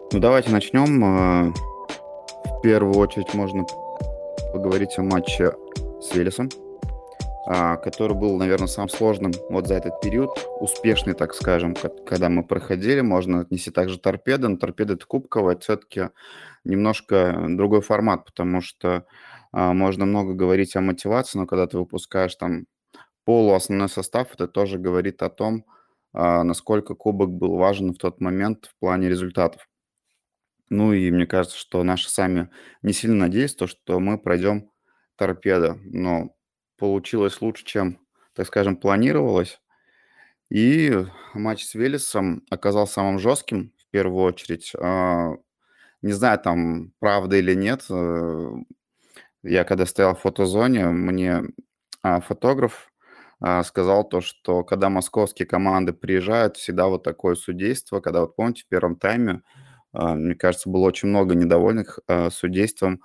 Ну, давайте начнем. В первую очередь можно поговорить о матче с Велесом, который был, наверное, самым сложным вот за этот период. Успешный, так скажем, когда мы проходили. Можно отнести также Торпедо, но Торпедо это кубковая, это все-таки немножко другой формат, потому что можно много говорить о мотивации, но когда ты выпускаешь там полуосновной состав, это тоже говорит о том, насколько кубок был важен в тот момент в плане результатов. Ну и мне кажется, что наши сами не сильно надеялись, то, что мы пройдем торпедо, но получилось лучше, чем, так скажем, планировалось. И матч с Велесом оказался самым жестким в первую очередь. Не знаю, там правда или нет. Я когда стоял в фотозоне, мне фотограф сказал то, что когда московские команды приезжают, всегда вот такое судейство, когда вот помните в первом тайме, мне кажется, было очень много недовольных судейством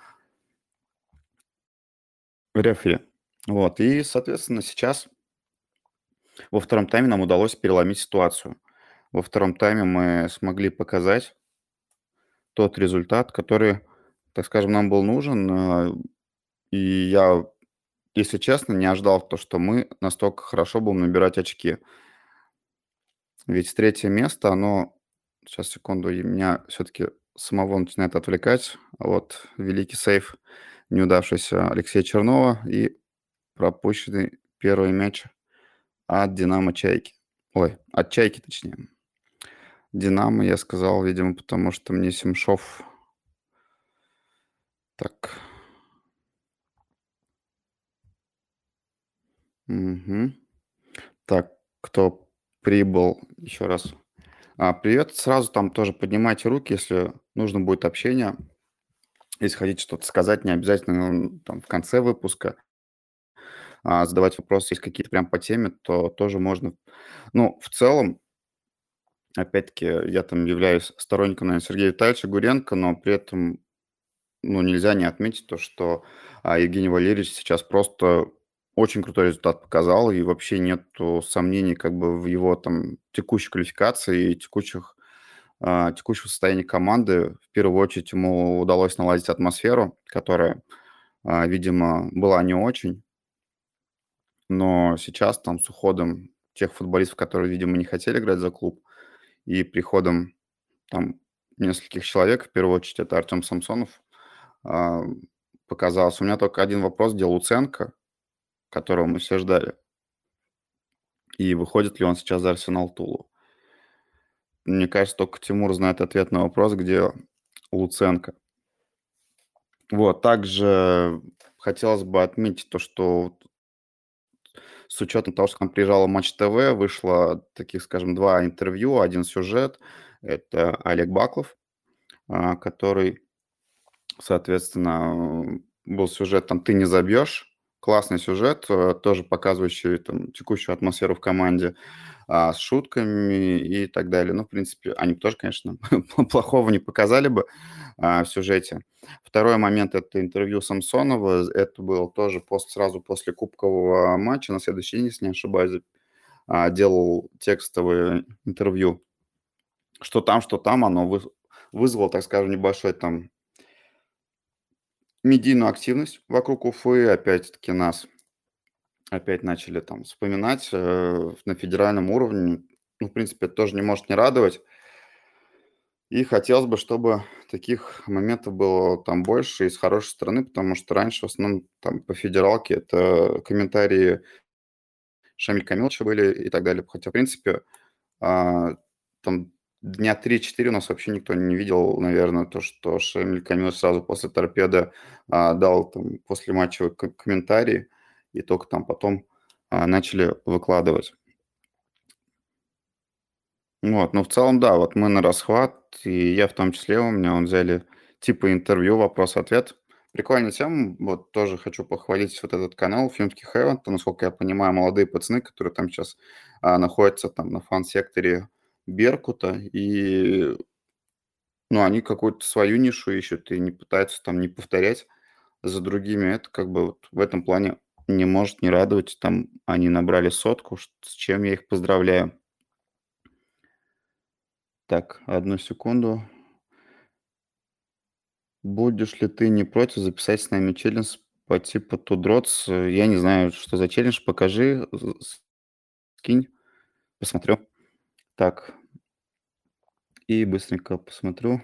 рефери. Вот. И, соответственно, сейчас во втором тайме нам удалось переломить ситуацию. Во втором тайме мы смогли показать тот результат, который, так скажем, нам был нужен. И я, если честно, не ожидал то, что мы настолько хорошо будем набирать очки. Ведь третье место, оно... Сейчас, секунду, и меня все-таки самого начинает отвлекать. Вот великий сейв, неудавшийся Алексея Чернова и пропущенный первый мяч от «Динамо» Чайки. Ой, от «Чайки», точнее. «Динамо» я сказал, видимо, потому что мне Семшов... Так, мгм. Так, кто прибыл, еще раз. Привет, сразу там тоже поднимайте руки, если нужно будет общение. Если хотите что-то сказать, не обязательно там в конце выпуска задавать вопросы. Есть какие-то прям по теме, то тоже можно. Ну, в целом, опять-таки, я там являюсь сторонником, наверное, Сергея Витальевича Гуренко, но при этом, ну, нельзя не отметить то, что Евгений Валерьевич сейчас просто очень крутой результат показал, и вообще нету сомнений как бы в его там текущей квалификации и текущего состояния команды. В первую очередь ему удалось наладить атмосферу, которая, видимо, была не очень. Но сейчас там с уходом тех футболистов, которые, видимо, не хотели играть за клуб, и приходом там нескольких человек, в первую очередь это Артем Самсонов, а, показалось. У меня только один вопрос, где Луценко, которого мы все ждали, и выходит ли он сейчас за Арсенал Тулу. Мне кажется, только Тимур знает ответ на вопрос, где Луценко. Вот, также хотелось бы отметить то, что вот с учетом того, что к нам приезжала Матч ТВ, вышло таких, скажем, 2 интервью, один сюжет. Это Олег Баклов, который, соответственно, был сюжет там «Ты не забьешь». Классный сюжет, тоже показывающий там текущую атмосферу в команде, с шутками и так далее. Ну, в принципе, они тоже, конечно, плохого не показали бы, в сюжете. Второй момент — это интервью Самсонова. Это было тоже сразу после кубкового матча. На следующий день, если не ошибаюсь, делал текстовое интервью. Что там, оно вызвало, так скажем, небольшой там медийную активность вокруг Уфы. Опять-таки нас опять начали там вспоминать на федеральном уровне. Ну, в принципе, это тоже не может не радовать. И хотелось бы, чтобы таких моментов было там больше и с хорошей стороны, потому что раньше в основном там по федералке это комментарии Шамиля Камиловича были и так далее. Хотя, в принципе, а, там дня 3-4 у нас вообще никто не видел, наверное, то, что Шамиль Камилович сразу после торпеды дал там послематчевый комментарий, и только там потом начали выкладывать. Вот, ну, в целом, да, вот мы на расхват, и я в том числе, у меня он взяли типа интервью, вопрос-ответ. Прикольная тема, вот тоже хочу похвалить вот этот канал Филмский Heaven, то, насколько я понимаю, молодые пацаны, которые там сейчас находятся там на фан-секторе Беркута, и, ну, они какую-то свою нишу ищут и не пытаются там не повторять за другими. Это как бы вот в этом плане не может не радовать. Там они набрали сотку, с чем я их поздравляю. Так, одну секунду. Будешь ли ты не против записать с нами челлендж по типу Two Drots? Я не знаю, что за челлендж, покажи, скинь, посмотрю. Так, и быстренько посмотрю.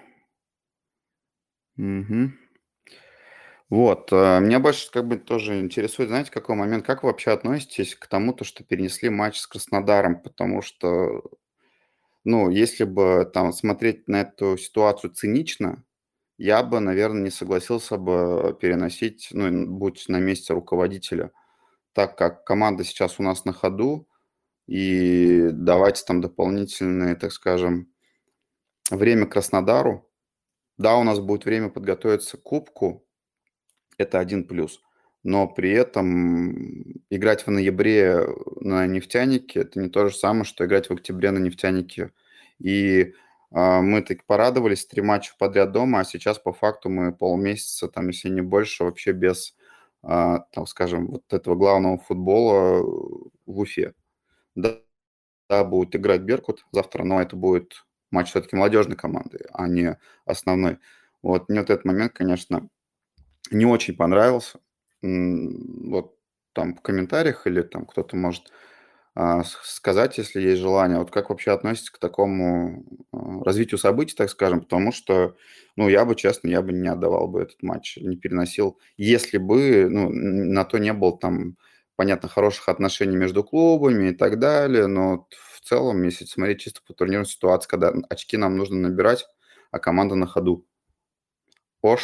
Мгм. Вот, меня больше как бы тоже интересует, знаете, какой момент, как вы вообще относитесь к тому, то, что перенесли матч с Краснодаром? Потому что, ну, если бы там смотреть на эту ситуацию цинично, я бы, наверное, не согласился бы переносить, ну, будь на месте руководителя, так как команда сейчас у нас на ходу, и давать там дополнительное, так скажем, время Краснодару. Да, у нас будет время подготовиться к кубку, это один плюс. Но при этом играть в ноябре на "Нефтянике" — это не то же самое, что играть в октябре на "Нефтянике". И, мы так порадовались, 3 матча подряд дома, а сейчас по факту мы полмесяца, там, если не больше, вообще без, там, скажем, вот этого главного футбола в Уфе. Да, да, будет играть "Беркут" завтра, но это будет матч все-таки молодежной команды, а не основной. Вот мне вот этот момент, конечно, не очень понравился. Вот там в комментариях или там кто-то может, сказать, если есть желание, вот как вообще относитесь к такому, развитию событий, так скажем? Потому что, ну, я бы, честно, я бы не отдавал бы этот матч, не переносил, если бы, ну, на то не было там, понятно, хороших отношений между клубами и так далее. Но вот в целом, если смотреть чисто по турнирной ситуации, когда очки нам нужно набирать, а команда на ходу. Ош.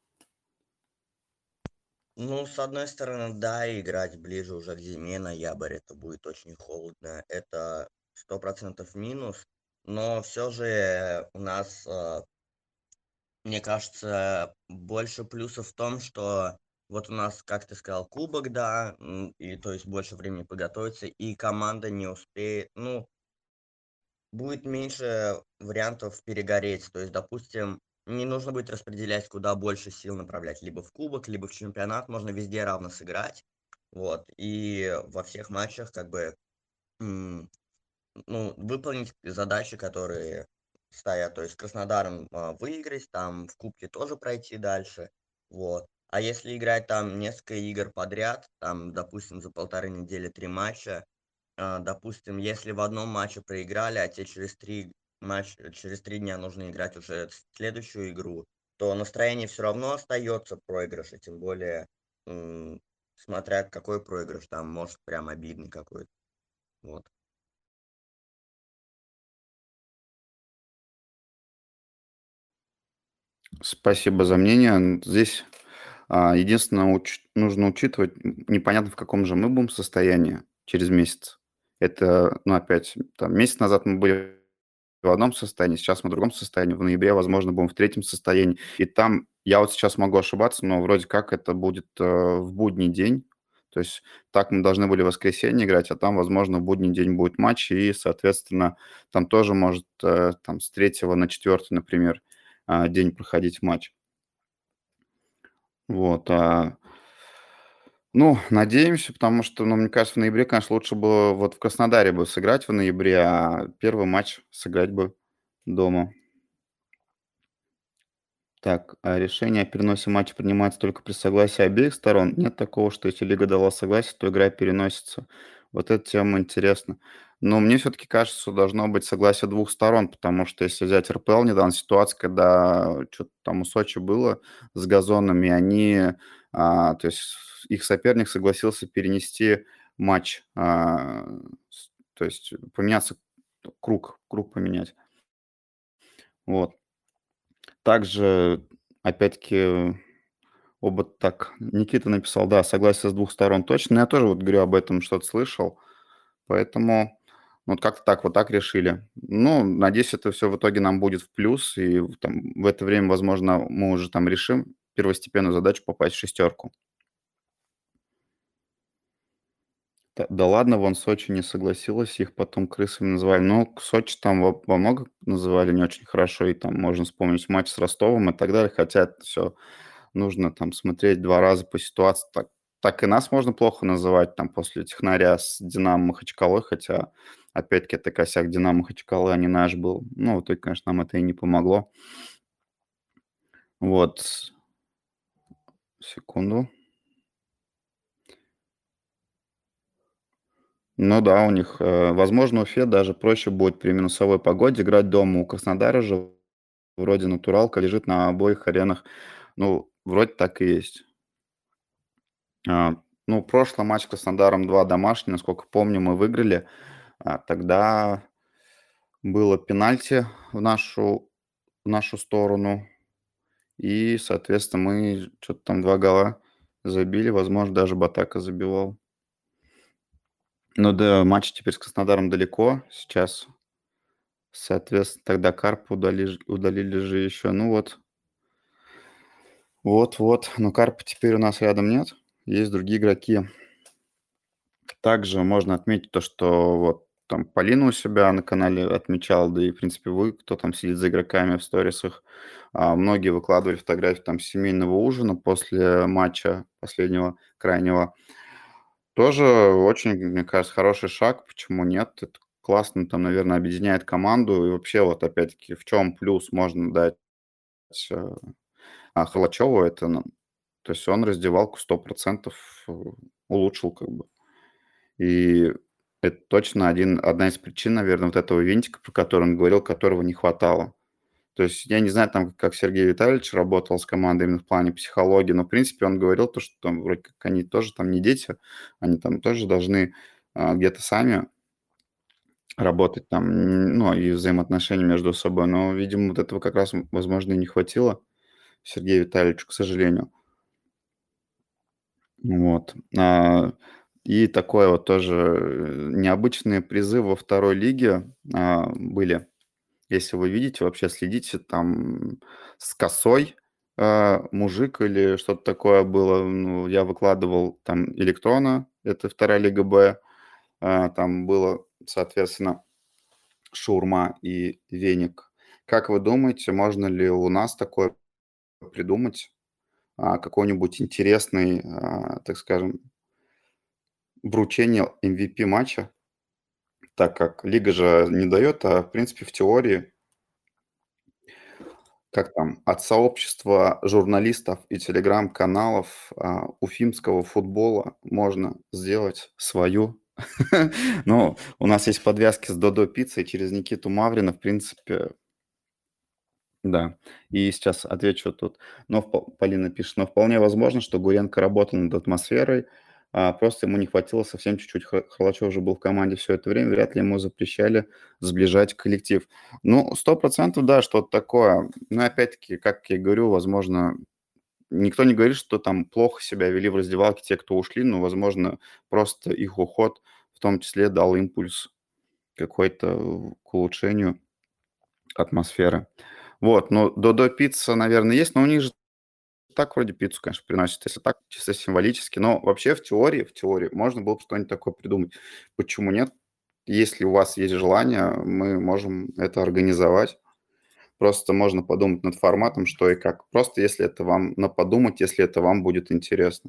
Ну, с одной стороны, да, играть ближе уже к зиме, ноябрь, это будет очень холодно. Это 100% минус. Но все же у нас, мне кажется, больше плюсов в том, что вот у нас, как ты сказал, кубок, да, и то есть больше времени подготовиться, и команда не успеет, ну, будет меньше вариантов перегореть. То есть, допустим, не нужно будет распределять, куда больше сил направлять. Либо в кубок, либо в чемпионат. Можно везде равно сыграть. Вот. И во всех матчах как бы м, ну, выполнить задачи, которые стоят. То есть Краснодаром выиграть, там в кубке тоже пройти дальше. Вот. А если играть там несколько игр подряд, там, допустим, за 1,5 недели 3 матча, допустим, если в одном матче проиграли, а те через 3 дня нужно играть уже следующую игру, то настроение все равно остается проигрыша, тем более, смотря какой проигрыш, там может прям обидный какой-то. Вот. Спасибо за мнение. Здесь, единственное, нужно учитывать, непонятно, в каком же мы будем состоянии через месяц. Это, ну, опять, там, месяц назад мы были в одном состоянии, сейчас мы в другом состоянии, в ноябре, возможно, будем в третьем состоянии. И там, я вот сейчас могу ошибаться, но вроде как это будет, в будний день. То есть так мы должны были в воскресенье играть, а там, возможно, в будний день будет матч, и, соответственно, там тоже может, там с третьего на четвертый, например, день проходить матч. Вот, ну, надеемся, потому что, ну, мне кажется, в ноябре, конечно, лучше было вот в Краснодаре бы сыграть в ноябре, а первый матч сыграть бы дома. Так, а решение о переносе матча принимается только при согласии обеих сторон? Нет такого, что если лига дала согласие, то игра переносится. Вот эта тема интересна. Но мне все-таки кажется, что должно быть согласие двух сторон, потому что если взять РПЛ, недавно ситуация, когда что-то там у Сочи было с газонами, они, то есть их соперник согласился перенести матч, то есть поменяться, круг поменять. Вот. Также, опять-таки, оба так. Никита написал, да, согласие с двух сторон точно. Но я тоже вот говорю об этом, что-то слышал. Поэтому вот как-то так, вот так решили. Ну, надеюсь, это все в итоге нам будет в плюс. И там в это время, возможно, мы уже там решим первостепенную задачу попасть в шестерку. Да ладно, вон Сочи не согласилась, их потом крысами называли. Ну, Сочи там во много называли не очень хорошо, и там можно вспомнить матч с Ростовом и так далее, хотя это все нужно там смотреть 2 раза по ситуации. Так и нас можно плохо называть там после "Технаря" с "Динамо" Махачкалой", хотя, опять-таки, это косяк "Динамо" Махачкалы, а не наш был. Ну, в итоге, конечно, нам это и не помогло. Вот. Секунду. Ну да, у них, возможно, Уфе даже проще будет при минусовой погоде играть дома. У Краснодара же вроде натуралка лежит на обоих аренах. Ну, вроде так и есть. А, ну, прошлый матч с Краснодаром 2 домашний, насколько помню, мы выиграли. Тогда было пенальти в нашу сторону. И, соответственно, мы что то там 2 гола забили. Возможно, даже Батака забивал. Ну да, матч теперь с Краснодаром далеко сейчас. Соответственно, тогда Карпа удалили же еще. Ну вот. Но Карпа теперь у нас рядом нет. Есть другие игроки. Также можно отметить то, что вот там Полина у себя на канале отмечала, да и, в принципе, вы, кто там сидит за игроками в сторисах, многие выкладывали фотографии там семейного ужина после матча последнего, крайнего. Тоже очень, мне кажется, хороший шаг. Почему нет? Это классно, там, наверное, объединяет команду. И вообще, вот опять-таки, в чем плюс можно дать э, Холочеву, это, ну, то есть он раздевалку 100% улучшил как бы. И это точно одна из причин, наверное, вот этого винтика, про который он говорил, которого не хватало. То есть я не знаю, там, как Сергей Витальевич работал с командой именно в плане психологии, но, в принципе, он говорил то, что там вроде как они тоже там не дети, они там тоже должны, где-то сами работать там, ну, и взаимоотношения между собой. Но, видимо, вот этого как раз, возможно, и не хватило Сергею Витальевичу, к сожалению. Вот. И такое вот тоже, необычные призы во второй лиге, были. Если вы видите, вообще следите, там с косой, мужик или что-то такое было. Ну, я выкладывал там Электрона, это вторая лига Б. Там было, соответственно, шаурма и веник. Как вы думаете, можно ли у нас такое придумать? Какой-нибудь интересный, так скажем, вручение MVP матча, так как лига же не дает, а в принципе в теории, как там, от сообщества журналистов и телеграм-каналов уфимского футбола можно сделать свою. Ну, у нас есть подвязки с Додо Пиццей через Никиту Маврина, в принципе, да. И сейчас отвечу тут. Полина пишет: "Но вполне возможно, что Гуренко работал над атмосферой, просто ему не хватило совсем чуть-чуть. Холочев уже был в команде все это время, вряд ли ему запрещали сближать коллектив". Ну, 100%, да, что-то такое. Но опять-таки, как я говорю, возможно, никто не говорит, что там плохо себя вели в раздевалке те, кто ушли, но, возможно, просто их уход в том числе дал импульс какой-то к улучшению атмосферы. Вот, но Додо Пицца, наверное, есть, но у них же так вроде пиццу, конечно, приносят, если так, чисто символически. Но вообще в теории можно было бы что-нибудь такое придумать. Почему нет? Если у вас есть желание, мы можем это организовать. Просто можно подумать над форматом, что и как. Просто если это вам на подумать, если это вам будет интересно.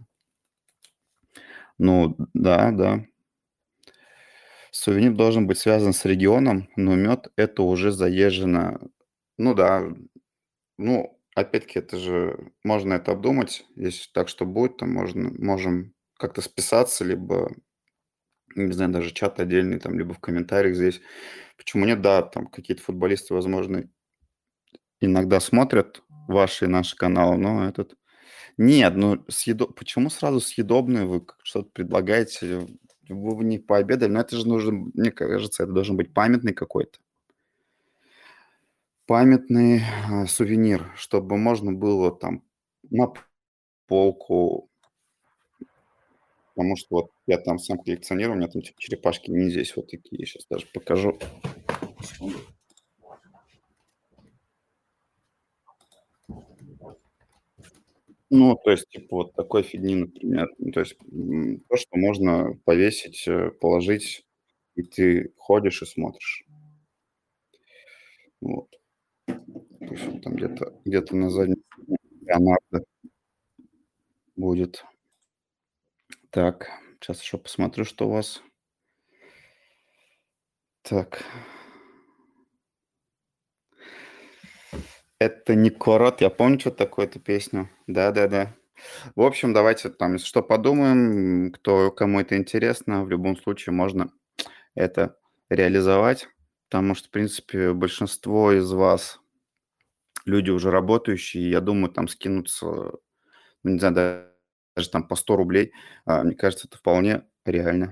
Ну да, да. Сувенир должен быть связан с регионом, но мед — это уже заезжено. Ну да. Ну, опять-таки, это же можно это обдумать. Если так, что будет, то можем как-то списаться, либо, не знаю, даже чат отдельный, там, либо в комментариях здесь. Почему нет? Да, там какие-то футболисты, возможно, иногда смотрят ваши и наши каналы, но этот... Нет, ну, почему сразу съедобные вы что-то предлагаете? Вы не пообедали, но это же нужно, мне кажется, это должен быть памятный какой-то. Памятный сувенир, чтобы можно было там на полку. Потому что вот я там сам коллекционирую, у меня там типа черепашки-ниндзя есть вот такие, сейчас даже покажу. Ну, то есть, типа, вот такой фигни, например. Ну, то есть, то, что можно повесить, положить, и ты ходишь и смотришь. Вот. Пусть он там где-то на заднем фоне Леонардо будет. Так, сейчас еще посмотрю, что у вас. Так, это не Корот. Я помню, что такое эту песню. Да-да-да. В общем, давайте там, если что, подумаем, кому это интересно. В любом случае можно это реализовать, потому что, в принципе, большинство из вас люди уже работающие, я думаю, там скинуться, ну, не знаю, даже там по 100 рублей, мне кажется, это вполне реально.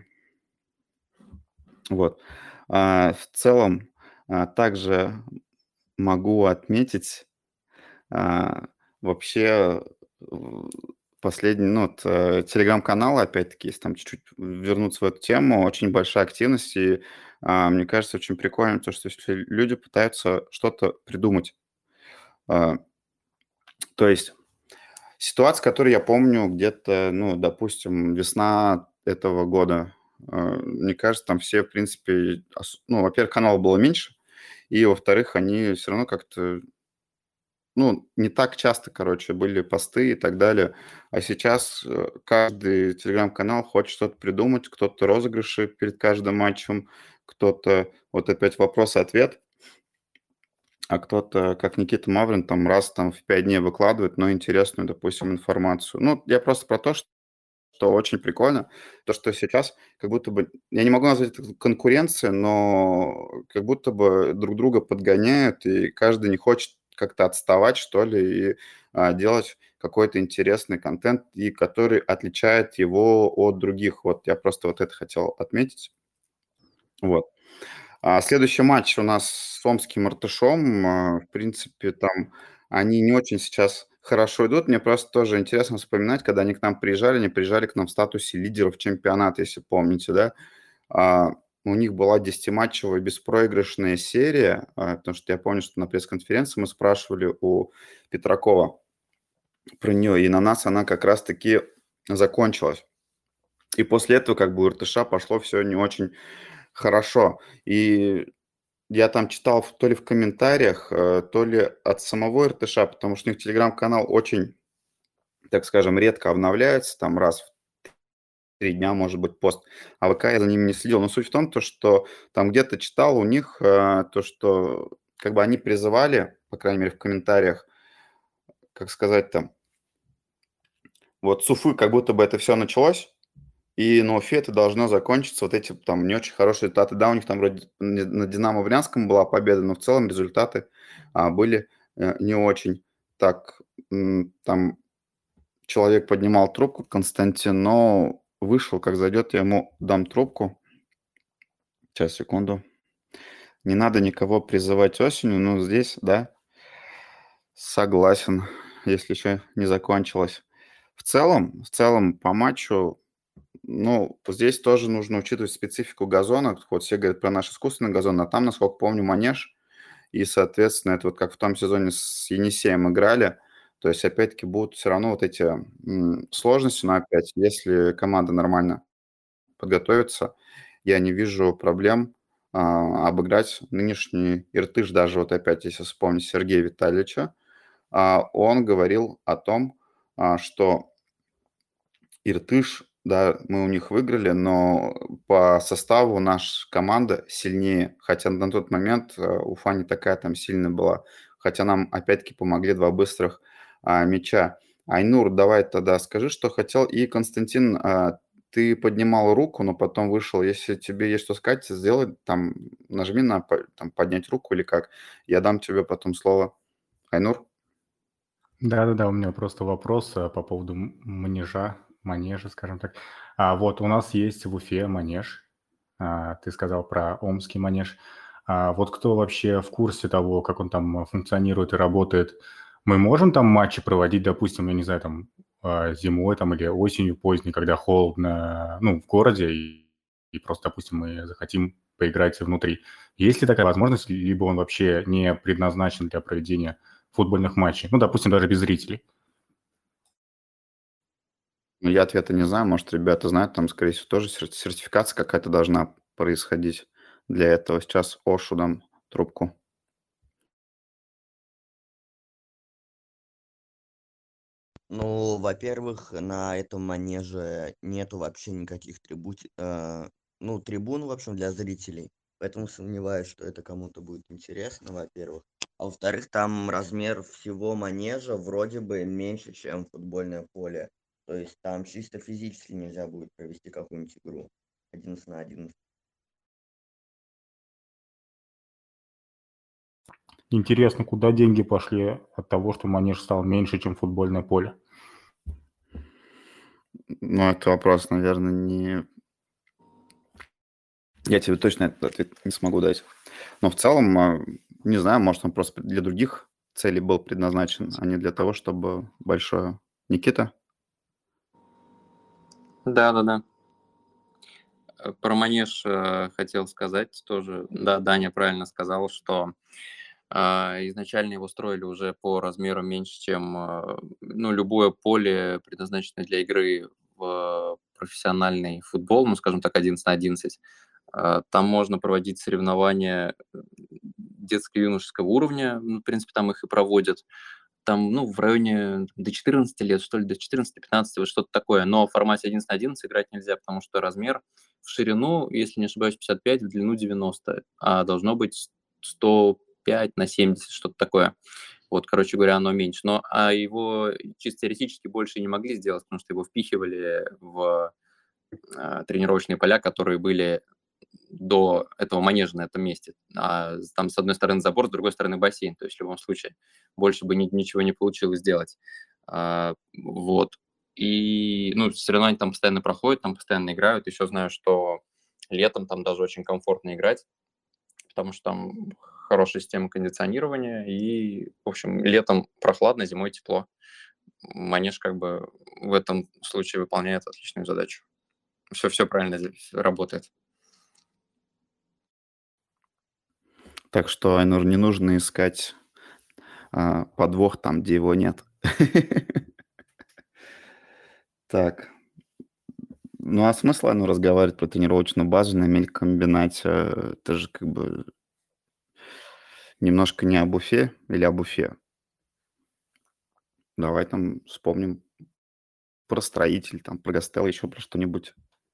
Вот. В целом, также могу отметить, а, вообще, последний, ну, вот, телеграм-канал, опять-таки, если там чуть-чуть вернуться в эту тему, очень большая активность. И, мне кажется, очень прикольно то, что если люди пытаются что-то придумать. А, То есть ситуация, которую я помню где-то, ну, допустим, весна этого года. Мне кажется, там все, в принципе, ну, во-первых, канала было меньше, и, во-вторых, они все равно как-то, ну, не так часто, короче, были посты и так далее. А сейчас каждый телеграм-канал хочет что-то придумать, кто-то розыгрыши перед каждым матчем, кто-то вот опять вопрос-ответ, а кто-то, как Никита Маврин, там раз там в 5 дней выкладывает, но интересную, допустим, информацию. Ну, я просто про то, что очень прикольно, то, что сейчас как будто бы, я не могу назвать это конкуренцией, но как будто бы друг друга подгоняют, и каждый не хочет как-то отставать, что ли, и делать какой-то интересный контент, и который отличает его от других. Вот я просто вот это хотел отметить. Вот. Следующий матч у нас с омским «Иртышом». В принципе, там они не очень сейчас хорошо идут. Мне просто тоже интересно вспоминать, когда они к нам приезжали, они приезжали к нам в статусе лидеров чемпионата, если помните, да. А, у них была десятиматчевая беспроигрышная серия, потому что я помню, что на пресс-конференции мы спрашивали у Петракова про нее, и на нас она как раз-таки закончилась. И после этого как бы у «Иртыша» пошло все не очень хорошо. И я там читал то ли в комментариях, то ли от самого РТШ, потому что у них телеграм-канал очень, так скажем, редко обновляется, там раз в 3 дня может быть пост, а ВК я за ними не следил. Но суть в том, то, что там где-то читал у них, то, что как бы они призывали, по крайней мере, в комментариях, как сказать там, вот с Уфы как будто бы это все началось, и на Уфе это должно закончиться вот эти там не очень хорошие результаты. Да, у них там вроде на «Динамо» Брянском была победа, но в целом результаты были не очень. Так, там человек поднимал трубку, Константин, но вышел, как зайдет, я ему дам трубку. Сейчас, секунду. Не надо никого призывать осенью, но здесь, да, согласен, если еще не закончилось. В целом по матчу, ну, здесь тоже нужно учитывать специфику газона. Вот все говорят про наш искусственный газон, а там, насколько помню, манеж. И, соответственно, это вот как в том сезоне с Енисеем играли. То есть, опять-таки, будут все равно вот эти сложности. Но опять, если команда нормально подготовится, я не вижу проблем обыграть нынешний Иртыш. Даже вот опять, если вспомнить Сергея Витальевича, он говорил о том, что Иртыш, да, мы у них выиграли, но по составу наша команда сильнее. Хотя на тот момент Уфа не такая там сильная была. Хотя нам опять-таки помогли два быстрых мяча. Айнур, давай тогда скажи, что хотел. И Константин, ты поднимал руку, но потом вышел. Если тебе есть что сказать, сделай там, нажми на там, поднять руку или как. Я дам тебе потом слово. Айнур? Да-да-да, у меня просто вопрос по поводу манежа, скажем так. Вот у нас есть в Уфе манеж. Ты сказал про омский манеж. Вот кто вообще в курсе того, как он там функционирует и работает? Мы можем там матчи проводить, допустим, я не знаю, там зимой там или осенью поздней, когда холодно, ну, в городе, и просто, допустим, мы захотим поиграть внутри. Есть ли такая возможность, либо он вообще не предназначен для проведения футбольных матчей? Ну, допустим, даже без зрителей. Ну, я ответа не знаю. Может, ребята знают, там, скорее всего, тоже сертификация какая-то должна происходить для этого. Сейчас Ошу дам трубку. Ну, во-первых, на этом манеже нету вообще никаких трибун, в общем, для зрителей. Поэтому сомневаюсь, что это кому-то будет интересно, во-первых. А во-вторых, там размер всего манежа вроде бы меньше, чем футбольное поле. То есть там чисто физически нельзя будет провести какую-нибудь игру 11 на 11. Интересно, куда деньги пошли от того, что манеж стал меньше, чем футбольное поле? Ну, это вопрос, наверное, не... Я тебе точно этот ответ не смогу дать. Но в целом, не знаю, может, он просто для других целей был предназначен, а не для того, чтобы большое... Никита? Да. Про манеж хотел сказать тоже. Да, Даня правильно сказал, что изначально его строили уже по размеру меньше, чем любое поле, предназначенное для игры в профессиональный футбол, ну, скажем так, 11 на 11. Там можно проводить соревнования детско-юношеского уровня, в принципе, там их и проводят. Там, в районе до 14 лет, что ли, до 14-15, вот что-то такое. Но в формате 11 на 11 играть нельзя, потому что размер в ширину, если не ошибаюсь, 55, в длину 90, а должно быть 105 на 70, что-то такое. Вот, короче говоря, оно меньше. А его чисто теоретически больше не могли сделать, потому что его впихивали в тренировочные поля, которые были до этого манежа на этом месте. Там с одной стороны забор, с другой стороны бассейн. То есть в любом случае больше бы ничего не получилось сделать. Вот. И, соревнования там постоянно проходят, там постоянно играют. Еще знаю, что летом там даже очень комфортно играть, потому что там хорошая система кондиционирования. И, в общем, летом прохладно, зимой тепло. Манеж как бы в этом случае выполняет отличную задачу. Все правильно здесь работает. Так что, Айнур, не нужно искать подвох там, где его нет. Так. Ну, а смысл, разговаривать про тренировочную базу на мелькомбинате? Это же как бы немножко не об Уфе или об Уфе. Давай там вспомним про строитель, там, про Гастелло, еще про что-нибудь.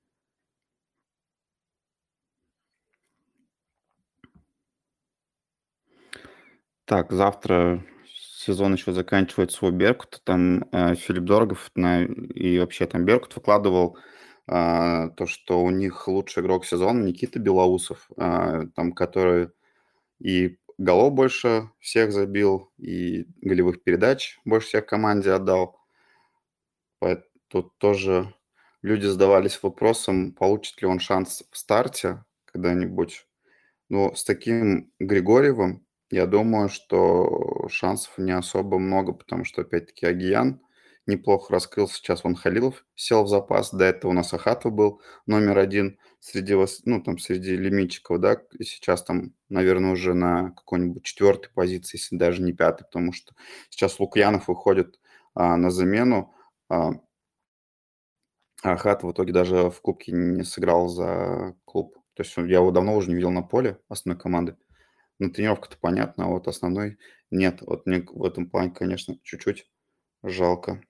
Так, завтра сезон еще заканчивается у Беркута. Там Филипп Дорогов и вообще там Беркут выкладывал то, что у них лучший игрок сезона Никита Белоусов, там, который и голов больше всех забил, и голевых передач больше всех команде отдал. Тут тоже люди задавались вопросом, получит ли он шанс в старте когда-нибудь. Но с таким Григорьевым, я думаю, что шансов не особо много, потому что, опять-таки, Агиян неплохо раскрылся. Сейчас вон Халилов сел в запас. До этого у нас Ахатов был номер один среди лимитчиков, да, и сейчас там, наверное, уже на какой-нибудь четвертой позиции, если даже не пятой, потому что сейчас Лукьянов выходит на замену, а Ахат в итоге даже в кубке не сыграл за клуб. То есть я его давно уже не видел на поле основной команды. На тренировка-то понятно, а вот основной нет. Вот мне в этом плане, конечно, чуть-чуть жалко.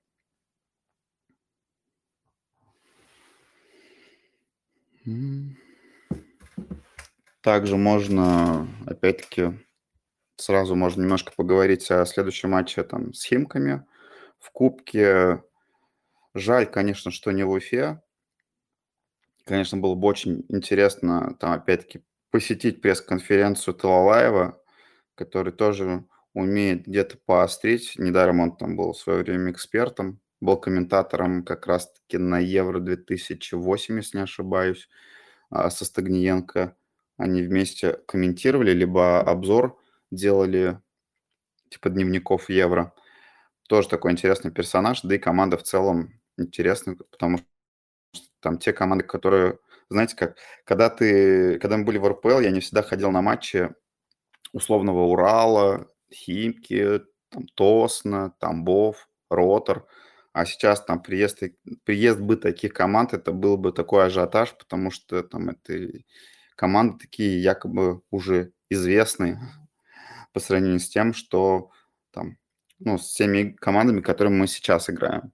Также можно, опять-таки, сразу можно немножко поговорить о следующем матче там с Химками в Кубке. Жаль, конечно, что не в Уфе. Конечно, было бы очень интересно там, опять-таки, посетить пресс-конференцию Талалаева, который тоже умеет где-то поострить. Недаром он там был в свое время экспертом, был комментатором как раз-таки на Евро-2008, если не ошибаюсь, со Стагниенко. Они вместе комментировали, либо обзор делали, типа дневников Евро. Тоже такой интересный персонаж, да и команда в целом интересная, потому что там те команды, которые, знаете как, когда мы были в РПЛ, я не всегда ходил на матчи условного Урала, Химки, там, Тосно, Тамбов, Ротор. А сейчас там приезд бы таких команд, это был бы такой ажиотаж, потому что там это команды такие якобы уже известные по сравнению с тем, что там, с теми командами, которыми мы сейчас играем.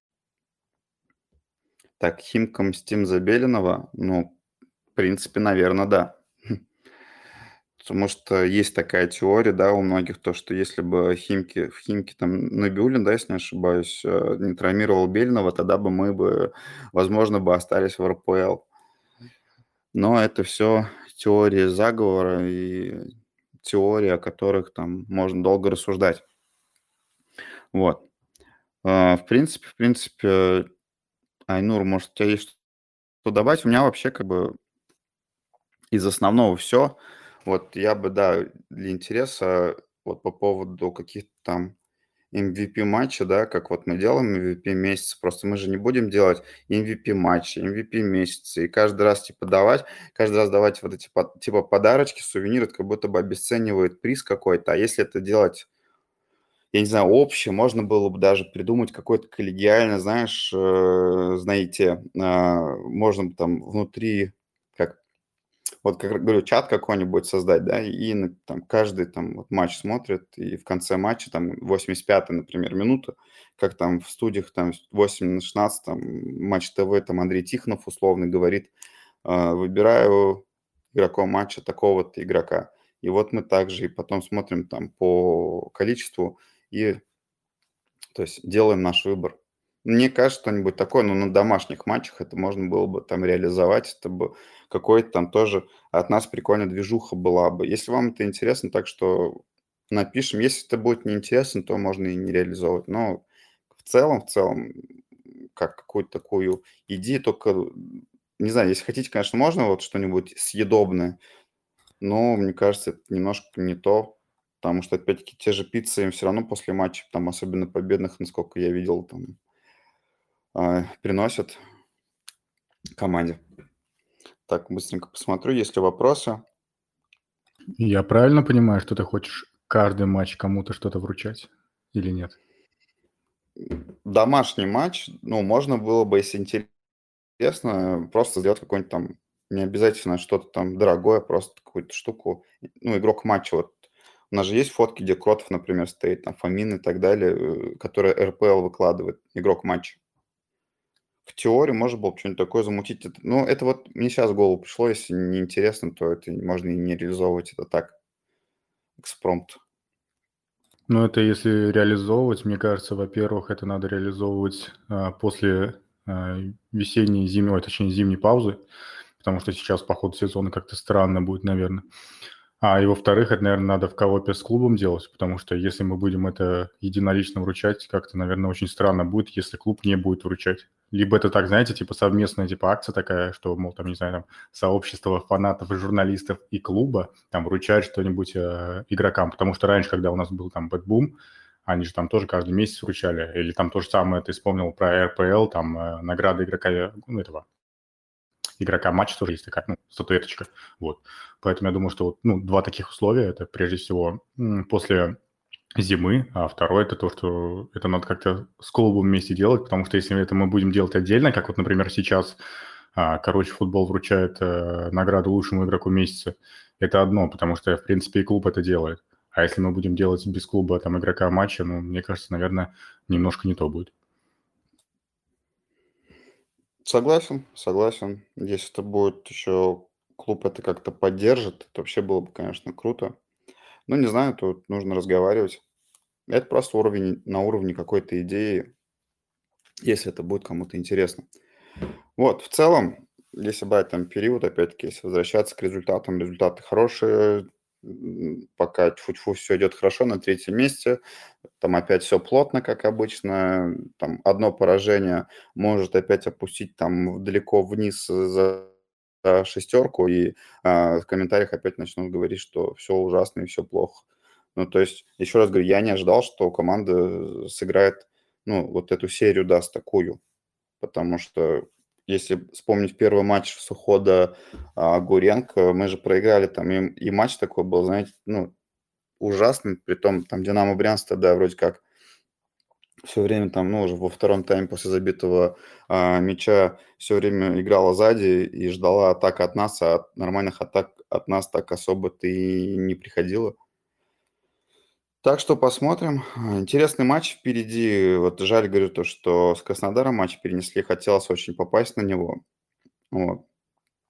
Так, Химкам Стим Забеленова, в принципе, наверное, да. Потому что есть такая теория, да, у многих, то, что если бы в Химки там Набиуллин, да, если не ошибаюсь, не травмировал Бельного, тогда бы мы бы, возможно, бы остались в РПЛ. Но это все теории заговора и теории, о которых там можно долго рассуждать. Вот. В принципе, Айнур, может, у тебя есть что добавить? У меня вообще как бы из основного все. Вот я бы, да, для интереса вот по поводу каких-то там MVP матча, да, как вот мы делаем MVP месяца, просто мы же не будем делать MVP матча, MVP месяца, и каждый раз давать вот эти типа подарочки, сувениры, это как будто бы обесценивает приз какой-то, а если это делать, я не знаю, общее, можно было бы даже придумать какой-то коллегиально, знаешь, знаете, можно бы там внутри, как вот, как говорю, чат какой-нибудь создать, да, и там каждый там вот матч смотрит, и в конце матча, там, 85-я, например, минута, как там в студиях, там, 8/16, там, Матч ТВ, там, Андрей Тихонов условно говорит, выбираю игроком матча такого-то игрока. И вот мы также и потом смотрим там по количеству и, то есть, делаем наш выбор. Мне кажется, что-нибудь такое, но на домашних матчах это можно было бы там реализовать. Это бы какой-то там тоже от нас прикольная движуха была бы. Если вам это интересно, так что напишем. Если это будет неинтересно, то можно и не реализовывать. Но в целом, как какую-то такую идею, только, не знаю, если хотите, конечно, можно вот что-нибудь съедобное, но мне кажется, это немножко не то, потому что, опять-таки, те же пиццы им все равно после матча, там, особенно победных, насколько я видел, там, приносят команде. Так, быстренько посмотрю, есть ли вопросы. Я правильно понимаю, что ты хочешь каждый матч кому-то что-то вручать или нет? Домашний матч, ну, можно было бы, если интересно, просто сделать какой-нибудь там, не обязательно что-то там дорогое, просто какую-то штуку. Ну, игрок матча, вот у нас же есть фотки, где Кротов, например, стоит, там Фомин и так далее, которые РПЛ выкладывает, игрок матча. В теории можно было бы что-нибудь такое замутить. Ну, это вот мне сейчас в голову пришло, если не интересно, то это можно и не реализовывать, это так, экспромт. Ну, это если реализовывать, мне кажется, во-первых, это надо реализовывать после весенней, зимней, точнее, зимней паузы, потому что сейчас по ходу сезона как-то странно будет, наверное. И во-вторых, это, наверное, надо в коопе с клубом делать, потому что если мы будем это единолично вручать, как-то, наверное, очень странно будет, если клуб не будет вручать. Либо это так, знаете, типа совместная типа акция такая, что, мол, там, не знаю, там сообщество фанатов и журналистов и клуба там вручает что-нибудь игрокам. Потому что раньше, когда у нас был там Бэтбум, они же там тоже каждый месяц вручали. Или там то же самое, ты вспомнил про РПЛ, там награда игрока, ну, этого игрока матча тоже есть такая, ну, статуэточка. Вот. Поэтому я думаю, что вот, ну, два таких условия. Это прежде всего после зимы, а второе это то, что это надо как-то с клубом вместе делать, потому что если это мы будем делать отдельно, как вот, например, сейчас, короче, футбол вручает награду лучшему игроку месяца, это одно, потому что, в принципе, и клуб это делает. А если мы будем делать без клуба там игрока матча, ну, мне кажется, наверное, немножко не то будет. Согласен. Если это будет еще клуб это как-то поддержит, это вообще было бы, конечно, круто. Ну, не знаю, тут нужно разговаривать. Это просто на уровне какой-то идеи, если это будет кому-то интересно. Вот, в целом, если брать там период, опять-таки, если возвращаться к результатам, результаты хорошие, пока тьфу-тьфу все идет хорошо, на третьем месте, там опять все плотно, как обычно, там одно поражение может опять опустить там далеко вниз за шестерку, и в комментариях опять начнут говорить, что все ужасно и все плохо. Ну, то есть, еще раз говорю, я не ожидал, что команда сыграет, ну, вот эту серию даст такую, потому что если вспомнить первый матч с ухода Гуренко, мы же проиграли там, и матч такой был, знаете, ну, ужасный, притом там Динамо Брянск тогда вроде как все время там, ну, уже во втором тайме после забитого мяча все время играла сзади и ждала атак от нас, а нормальных атак от нас так особо-то и не приходило. Так что посмотрим. Интересный матч впереди. Вот жаль, говорю, то, что с Краснодаром матч перенесли. Хотелось очень попасть на него. Вот.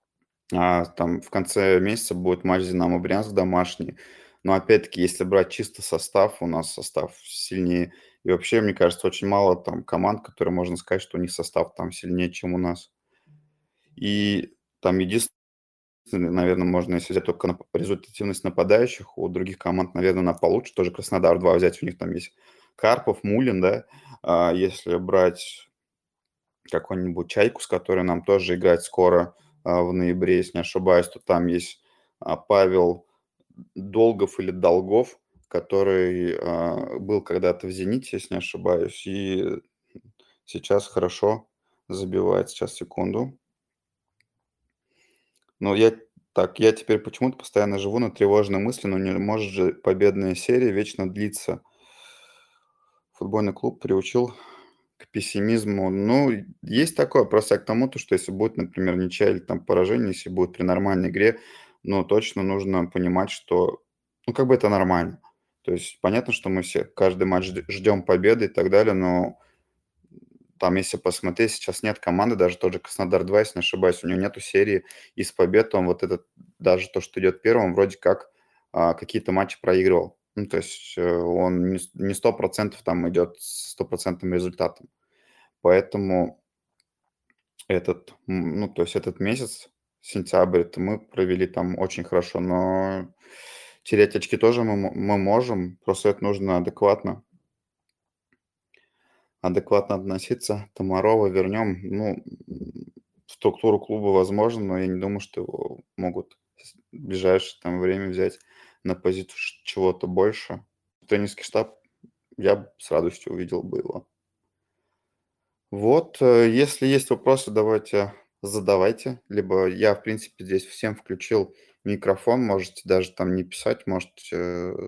Там в конце месяца будет матч «Динамо Брянск» домашний. Но опять-таки, если брать чисто состав, у нас состав сильнее. И вообще, мне кажется, очень мало там команд, которые можно сказать, что у них состав там сильнее, чем у нас. И там единственное, наверное, можно, если взять только результативность нападающих, у других команд, наверное, она получше. Тоже Краснодар-2 взять, у них там есть Карпов, Мулин, да. Если брать какую-нибудь «Чайку», с которой нам тоже играть скоро, в ноябре, если не ошибаюсь, то там есть Павел Долгов или Долгов, который был когда-то в «Зените», если не ошибаюсь, и сейчас хорошо забивает. Сейчас, секунду. Но я теперь почему-то постоянно живу на тревожной мысли, но не может же победная серия вечно длиться. Футбольный клуб приучил к пессимизму. Ну, есть такое. Просто я к тому, то, что если будет, например, ничья или там поражение, если будет при нормальной игре, ну, точно нужно понимать, что, ну, как бы это нормально. То есть понятно, что мы все каждый матч ждем победы и так далее, но там, если посмотреть, сейчас нет команды, даже тот же Краснодар-2, если не ошибаюсь, у него нету серии из побед. Он вот этот, даже то, что идет первым, вроде как какие-то матчи проигрывал. Ну, то есть он не 100% там идет с стопроцентным результатом. Поэтому ну, то есть этот месяц, сентябрь, это мы провели там очень хорошо, но терять очки тоже мы можем, просто это нужно адекватно относиться. Томарова вернем, ну, в структуру клуба возможно, но я не думаю, что его могут в ближайшее там время взять на позицию чего-то больше. Тренерский штаб, я б с радостью увидел бы его. Вот, если есть вопросы, давайте задавайте. Либо я, в принципе, здесь всем включил микрофон, можете даже там не писать, можете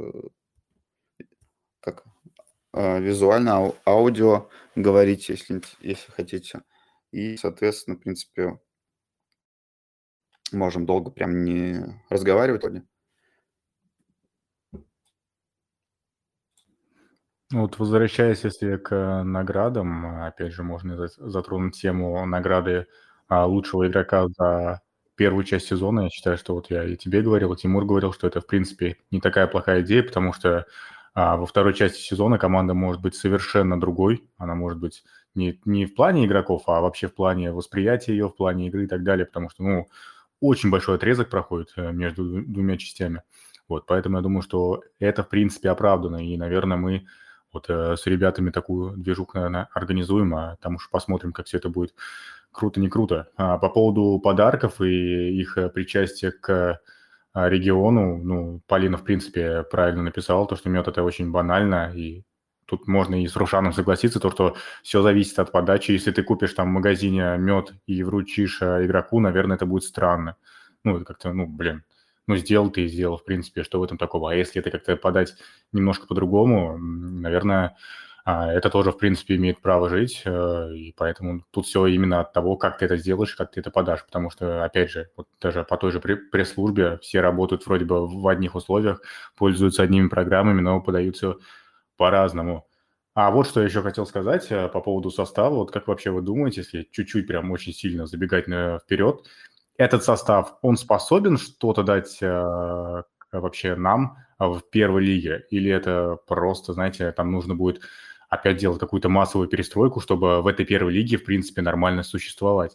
как визуально, аудио говорить, если хотите. И, соответственно, в принципе, можем долго прям не разговаривать. Ну, вот возвращаясь, если к наградам, опять же, можно затронуть тему награды лучшего игрока за первую часть сезона. Я считаю, что вот я и тебе говорил, и Тимур говорил, что это, в принципе, не такая плохая идея, потому что во второй части сезона команда может быть совершенно другой. Она может быть не в плане игроков, а вообще в плане восприятия ее, в плане игры и так далее, потому что, ну, очень большой отрезок проходит между двумя частями. Вот, поэтому я думаю, что это, в принципе, оправдано, и, наверное, мы вот с ребятами такую движуху, наверное, организуем, а там уж посмотрим, как все это будет круто, не круто. По поводу подарков и их причастия к региону, ну, Полина, в принципе, правильно написала, то, что мед – это очень банально, и тут можно и с Рушаном согласиться, то, что все зависит от подачи. Если ты купишь там в магазине мед и вручишь игроку, наверное, это будет странно. Ну, это как-то, ну, блин, ну, сделал ты и сделал, в принципе, что в этом такого? А если это как-то подать немножко по-другому, наверное, это тоже, в принципе, имеет право жить, и поэтому тут все именно от того, как ты это сделаешь, как ты это подашь, потому что, опять же, вот даже по той же пресс-службе все работают вроде бы в одних условиях, пользуются одними программами, но подают все по-разному. А вот что я еще хотел сказать по поводу состава. Вот как вообще вы думаете, если чуть-чуть прям очень сильно забегать вперед, этот состав, он способен что-то дать вообще нам в первой лиге? Или это просто, знаете, там нужно будет опять делать какую-то массовую перестройку, чтобы в этой первой лиге, в принципе, нормально существовать?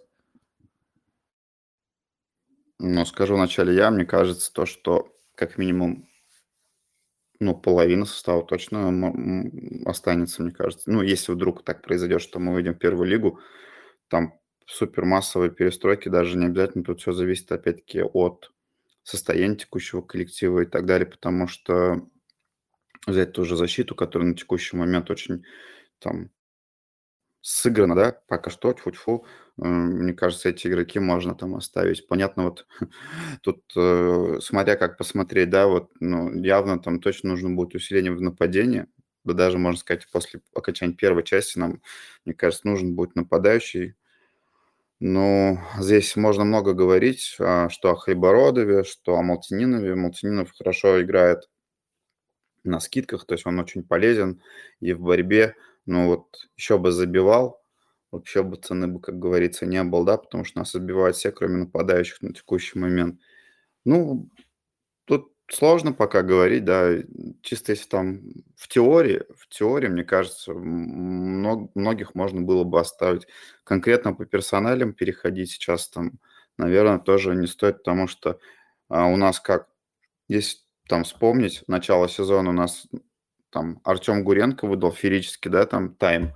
Но скажу вначале я, мне кажется, то, что как минимум, ну, половина состава точно останется, мне кажется. Ну, если вдруг так произойдет, что мы выйдем в первую лигу, там супермассовые перестройки, даже не обязательно, тут все зависит опять-таки от состояния текущего коллектива и так далее, потому что взять ту же защиту, которая на текущий момент очень там сыграна, да, пока что, тьфу-тьфу, мне кажется, эти игроки можно там оставить. Понятно, вот тут, смотря как посмотреть, да, вот, ну, явно там точно нужно будет усиление в нападении. Да даже, можно сказать, после окончания первой части нам, мне кажется, нужен будет нападающий. Ну, здесь можно много говорить, что о Хайбородове, что о Малтининове. Малтининов хорошо играет на скидках, то есть он очень полезен и в борьбе. Ну вот еще бы забивал, вообще бы цены бы, как говорится, не было, да, потому что нас отбивают все, кроме нападающих на текущий момент. Ну, тут сложно пока говорить, да. Чисто если там в теории, мне кажется, многих можно было бы оставить. Конкретно по персоналям переходить сейчас там, наверное, тоже не стоит, потому что у нас как, если там вспомнить, начало сезона у нас там Артем Гуренко выдал феерический, да, там тайм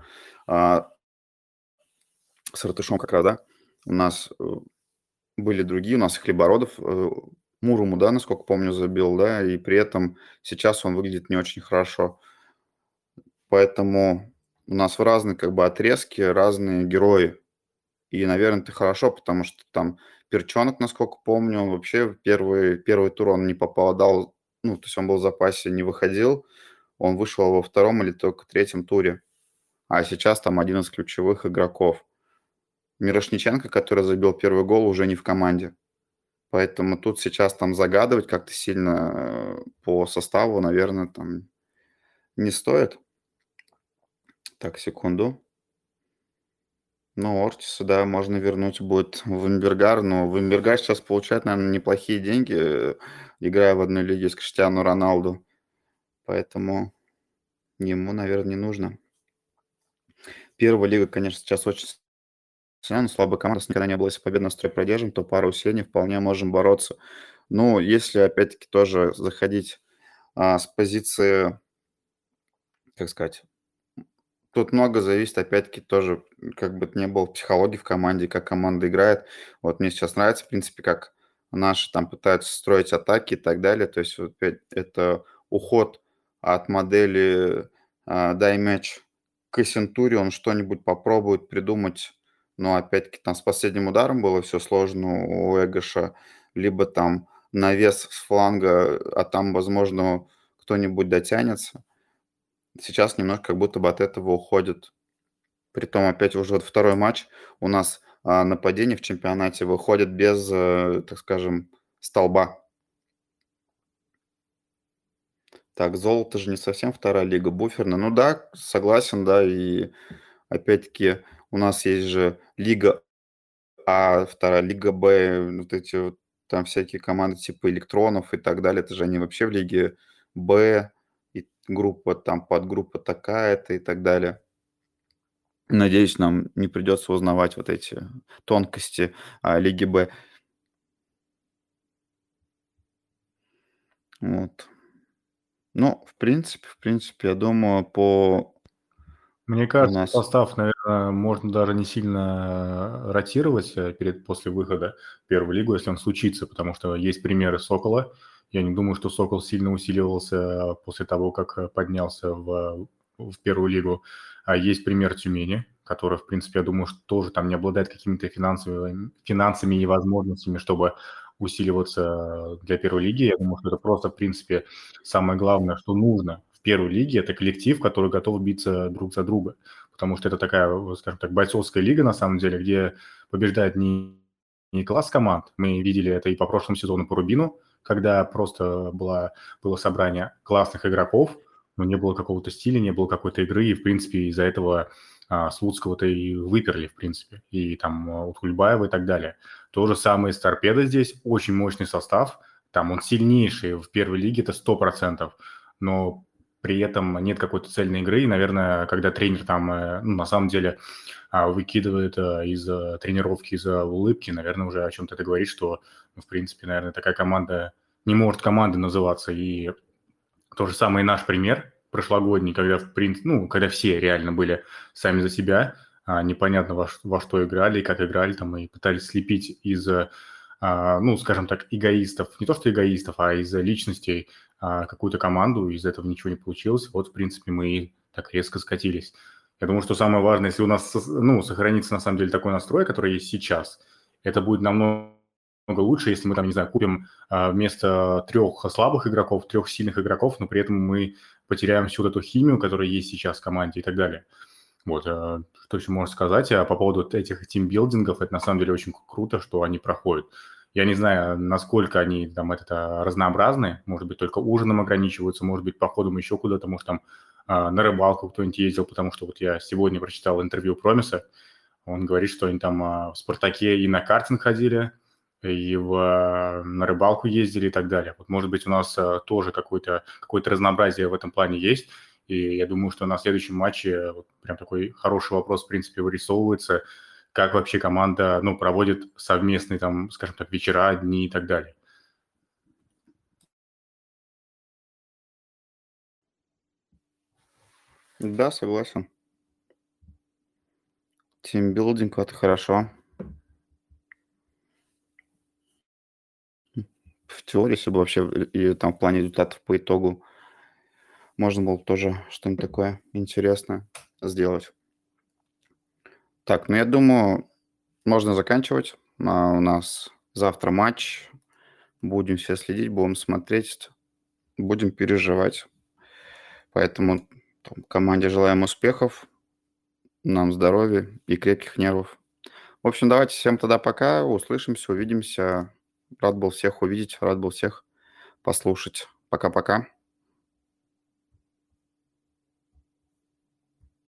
с Ратышом как раз, да. У нас были другие, у нас Хлебородов, Мурому, да, насколько помню, забил, да, и при этом сейчас он выглядит не очень хорошо. Поэтому у нас в разные как бы отрезки разные герои. И, наверное, это хорошо, потому что там Перчонок, насколько помню, он вообще в первый тур он не попадал, ну, то есть он был в запасе, не выходил. Он вышел во втором или только третьем туре. А сейчас там один из ключевых игроков. Мирошниченко, который забил первый гол, уже не в команде. Поэтому тут сейчас там загадывать как-то сильно по составу, наверное, там не стоит. Так, секунду. Ну, Ортиса, да, можно вернуть будет в Вимбергар, но Вимбергар сейчас получает, наверное, неплохие деньги, играя в одной лиге с Криштиану Роналду. Поэтому ему, наверное, не нужно. Первая лига, конечно, сейчас очень сильна, но слабая команда. У нас никогда не было, если победный настрой продержим, то пару усилений вполне можем бороться. Ну, если, опять-таки, тоже заходить с позиции, как сказать, тут много зависит, опять-таки, тоже, как бы это ни было, психологии в команде, как команда играет. Вот мне сейчас нравится, в принципе, как наши там пытаются строить атаки и так далее. То есть вот опять это уход от модели «дай мяч к Сентуре», он что-нибудь попробует придумать. Но опять-таки там с последним ударом было все сложно у Эгоша. Либо там навес с фланга, а там, возможно, кто-нибудь дотянется. Сейчас немножко как будто бы от этого уходит. Притом опять уже вот второй матч у нас нападение в чемпионате выходит без, так скажем, столба. Так, золото же не совсем вторая лига, буферная. Ну да, согласен, да, и опять-таки у нас есть же лига А, вторая лига Б, вот эти вот там всякие команды типа электронов и так далее. Это же они вообще в лиге Б, и группа там, подгруппа такая-то и так далее. Надеюсь, нам не придется узнавать вот эти тонкости Лиги Б. Вот. Ну, в принципе, я думаю, Мне у кажется, нас... состав, наверное, можно даже не сильно ротировать после выхода в первую лигу, если он случится, потому что есть примеры Сокола. Я не думаю, что Сокол сильно усиливался после того, как поднялся в первую лигу. А есть пример Тюмени, который, в принципе, я думаю, что тоже там не обладает какими-то финансами и возможностями, чтобы усиливаться для первой лиги. Я думаю, что это просто, в принципе, самое главное, что нужно в первой лиге – это коллектив, который готов биться друг за друга. Потому что это такая, скажем так, бойцовская лига, на самом деле, где побеждает не класс команд. Мы видели это и по прошлому сезону по Рубину, когда просто было собрание классных игроков, но не было какого-то стиля, не было какой-то игры, и, в принципе, из-за этого Слуцкого-то и выперли, в принципе, и там от Кульбаева и так далее. То же самое с Торпедо здесь, очень мощный состав, там он сильнейший в первой лиге, это 100%, но при этом нет какой-то цельной игры, и, наверное, когда тренер там, на самом деле, выкидывает из тренировки, из улыбки, наверное, уже о чем-то это говорит, что, в принципе, наверное, такая команда не может командой называться, и то же самое и наш пример прошлогодний, когда, когда все реально были сами за себя, непонятно во что играли и как играли, там, и пытались слепить из, скажем так, эгоистов, не то что эгоистов, а из личностей какую-то команду, из этого ничего не получилось. Вот, в принципе, мы и так резко скатились. Я думаю, что самое важное, если у нас, сохранится, на самом деле, такой настрой, который есть сейчас, это будет намного лучше, если мы там, не знаю, купим вместо 3 слабых игроков, 3 сильных игроков, но при этом мы потеряем всю эту химию, которая есть сейчас в команде и так далее. Вот, что еще можно сказать по поводу этих тимбилдингов, это на самом деле очень круто, что они проходят. Я не знаю, насколько они там разнообразны, может быть, только ужином ограничиваются, может быть, походом еще куда-то, может, там на рыбалку кто-нибудь ездил, потому что вот я сегодня прочитал интервью Промиса, Он говорит, что они там в «Спартаке» и на картинг ходили, и на рыбалку ездили и так далее. Вот, может быть, у нас тоже какое-то разнообразие в этом плане есть. И я думаю, что на следующем матче вот прям такой хороший вопрос, в принципе, вырисовывается, как вообще команда, ну, проводит совместные там, скажем так, вечера, дни и так далее. Да, согласен. Тимбилдинг – это хорошо. В теории, если бы вообще и там в плане результатов по итогу можно было бы тоже что-нибудь такое интересное сделать. Так, ну я думаю, можно заканчивать. У нас завтра матч. Будем все следить, будем смотреть, будем переживать. Поэтому команде желаем успехов, нам здоровья и крепких нервов. В общем, давайте всем тогда пока. Услышимся, увидимся. Рад был всех увидеть, рад был всех послушать. Пока-пока.